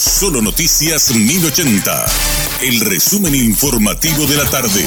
Solo Noticias 1080. El resumen informativo de la tarde.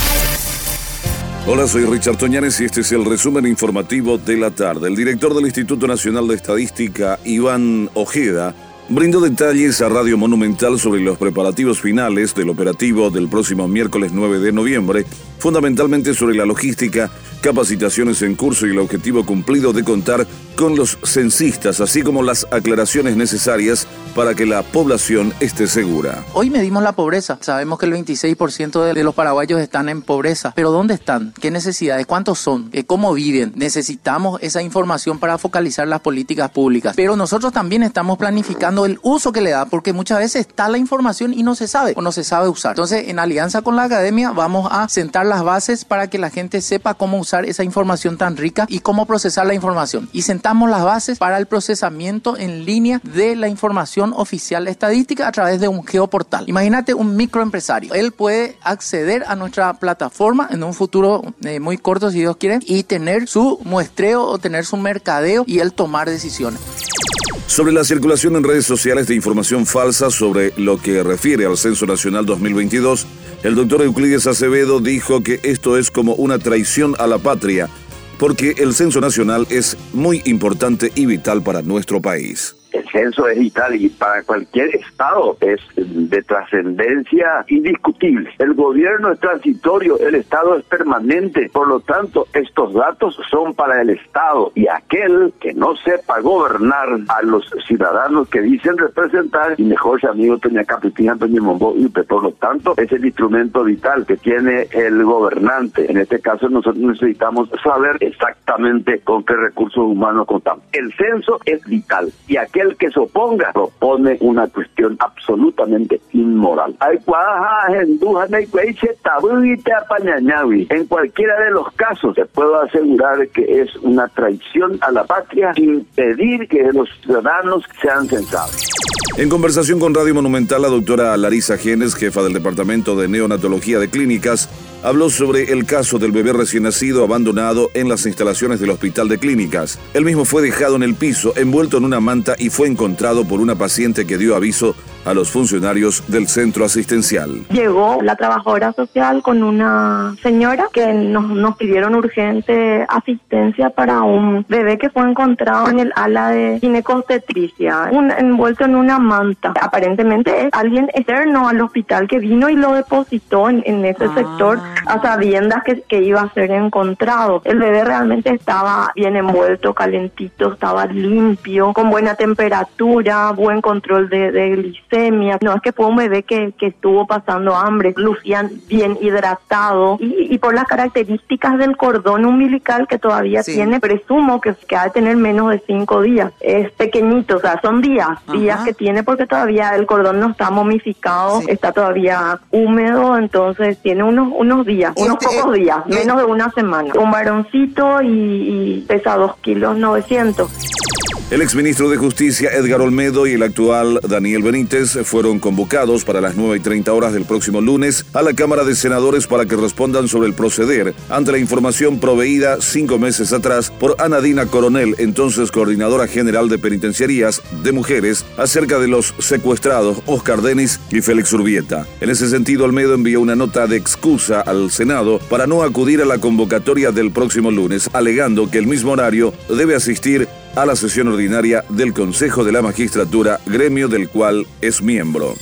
Hola, soy Richard Toñanes y este es el resumen informativo de la tarde. El director del Instituto Nacional de Estadística, Iván Ojeda, brindó detalles a Radio Monumental sobre los preparativos finales del operativo del próximo miércoles 9 de noviembre, fundamentalmente sobre la logística, capacitaciones en curso y el objetivo cumplido de contar con los censistas, así como las aclaraciones necesarias para que la población esté segura. Hoy medimos la pobreza. Sabemos que el 26% de los paraguayos están en pobreza. ¿Pero dónde están? ¿Qué necesidades? ¿Cuántos son? ¿Cómo viven? Necesitamos esa información para focalizar las políticas públicas. Pero nosotros también estamos planificando el uso que le da, porque muchas veces está la información y no se sabe o no se sabe usar. Entonces, en alianza con la academia, vamos a sentar las bases para que la gente sepa cómo usar esa información tan rica y cómo procesar la información. Y sentamos las bases para el procesamiento en línea de la información oficial estadística a través de un geoportal. Imagínate un microempresario. Él puede acceder a nuestra plataforma en un futuro muy corto, si Dios quiere, y tener su muestreo o tener su mercadeo y él tomar decisiones. Sobre la circulación en redes sociales de información falsa sobre lo que refiere al Censo Nacional 2022, el doctor Euclides Acevedo dijo que esto es como una traición a la patria, porque el Censo Nacional es muy importante y vital para nuestro país. El censo es vital y para cualquier estado es de trascendencia indiscutible. El gobierno es transitorio, el estado es permanente, por lo tanto estos datos son para el estado y aquel que no sepa gobernar a los ciudadanos que dicen representar, y mejor si amigo Toña Capitina, Toña Mombo, y por lo tanto es el instrumento vital que tiene el gobernante. En este caso nosotros necesitamos saber exactamente con qué recursos humanos contamos. El censo es vital y aquel que se oponga propone una cuestión absolutamente inmoral. En cualquiera de los casos se puede asegurar que es una traición a la patria impedir que los ciudadanos sean censados. En conversación con Radio Monumental, la doctora Larisa Genes, jefa del Departamento de Neonatología de Clínicas, habló sobre el caso del bebé recién nacido abandonado en las instalaciones del Hospital de Clínicas. El mismo fue dejado en el piso, envuelto en una manta y fue encontrado por una paciente que dio aviso a los funcionarios del centro asistencial. Llegó la trabajadora social con una señora que nos pidieron urgente asistencia para un bebé que fue encontrado en el ala de ginecobstetricia, envuelto en una manta. Aparentemente es alguien externo al hospital que vino y lo depositó en ese sector a sabiendas que iba a ser encontrado. El bebé realmente estaba bien envuelto, calentito, estaba limpio, con buena temperatura, buen control de glicemia. No es que fue un bebé que estuvo pasando hambre, lucía bien hidratado y por las características del cordón umbilical que todavía tiene, presumo que ha de tener menos de 5 días. Es pequeñito, o sea, son días que tiene porque todavía el cordón no está momificado, está todavía húmedo, entonces tiene unos días, unos pocos días, menos de una semana. Un varoncito y pesa 2,9 kilos. El exministro de Justicia Edgar Olmedo y el actual Daniel Benítez fueron convocados para las 9:30 del próximo lunes a la Cámara de Senadores para que respondan sobre el proceder ante la información proveída 5 meses atrás por Ana Dina Coronel, entonces coordinadora general de penitenciarías de mujeres, acerca de los secuestrados Oscar Denis y Félix Urbieta. En ese sentido, Olmedo envió una nota de excusa al Senado para no acudir a la convocatoria del próximo lunes, alegando que el mismo horario debe asistir a la sesión ordinaria del Consejo de la Magistratura, gremio del cual es miembro.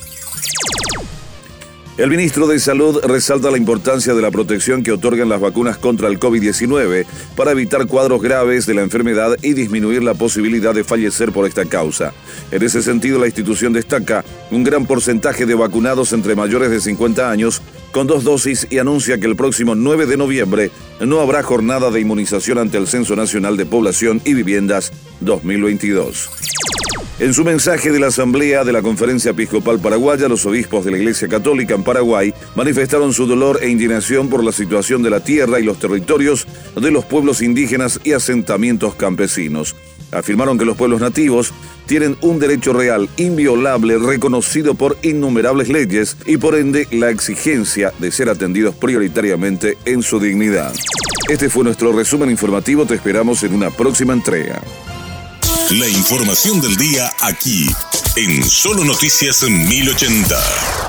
El ministro de Salud resalta la importancia de la protección que otorgan las vacunas contra el COVID-19 para evitar cuadros graves de la enfermedad y disminuir la posibilidad de fallecer por esta causa. En ese sentido, la institución destaca un gran porcentaje de vacunados entre mayores de 50 años con 2 dosis y anuncia que el próximo 9 de noviembre no habrá jornada de inmunización ante el Censo Nacional de Población y Viviendas 2022. En su mensaje de la Asamblea de la Conferencia Episcopal Paraguaya, los obispos de la Iglesia Católica en Paraguay manifestaron su dolor e indignación por la situación de la tierra y los territorios de los pueblos indígenas y asentamientos campesinos. Afirmaron que los pueblos nativos tienen un derecho real, inviolable, reconocido por innumerables leyes y por ende la exigencia de ser atendidos prioritariamente en su dignidad. Este fue nuestro resumen informativo, te esperamos en una próxima entrega. La información del día aquí, En Solo Noticias 1080.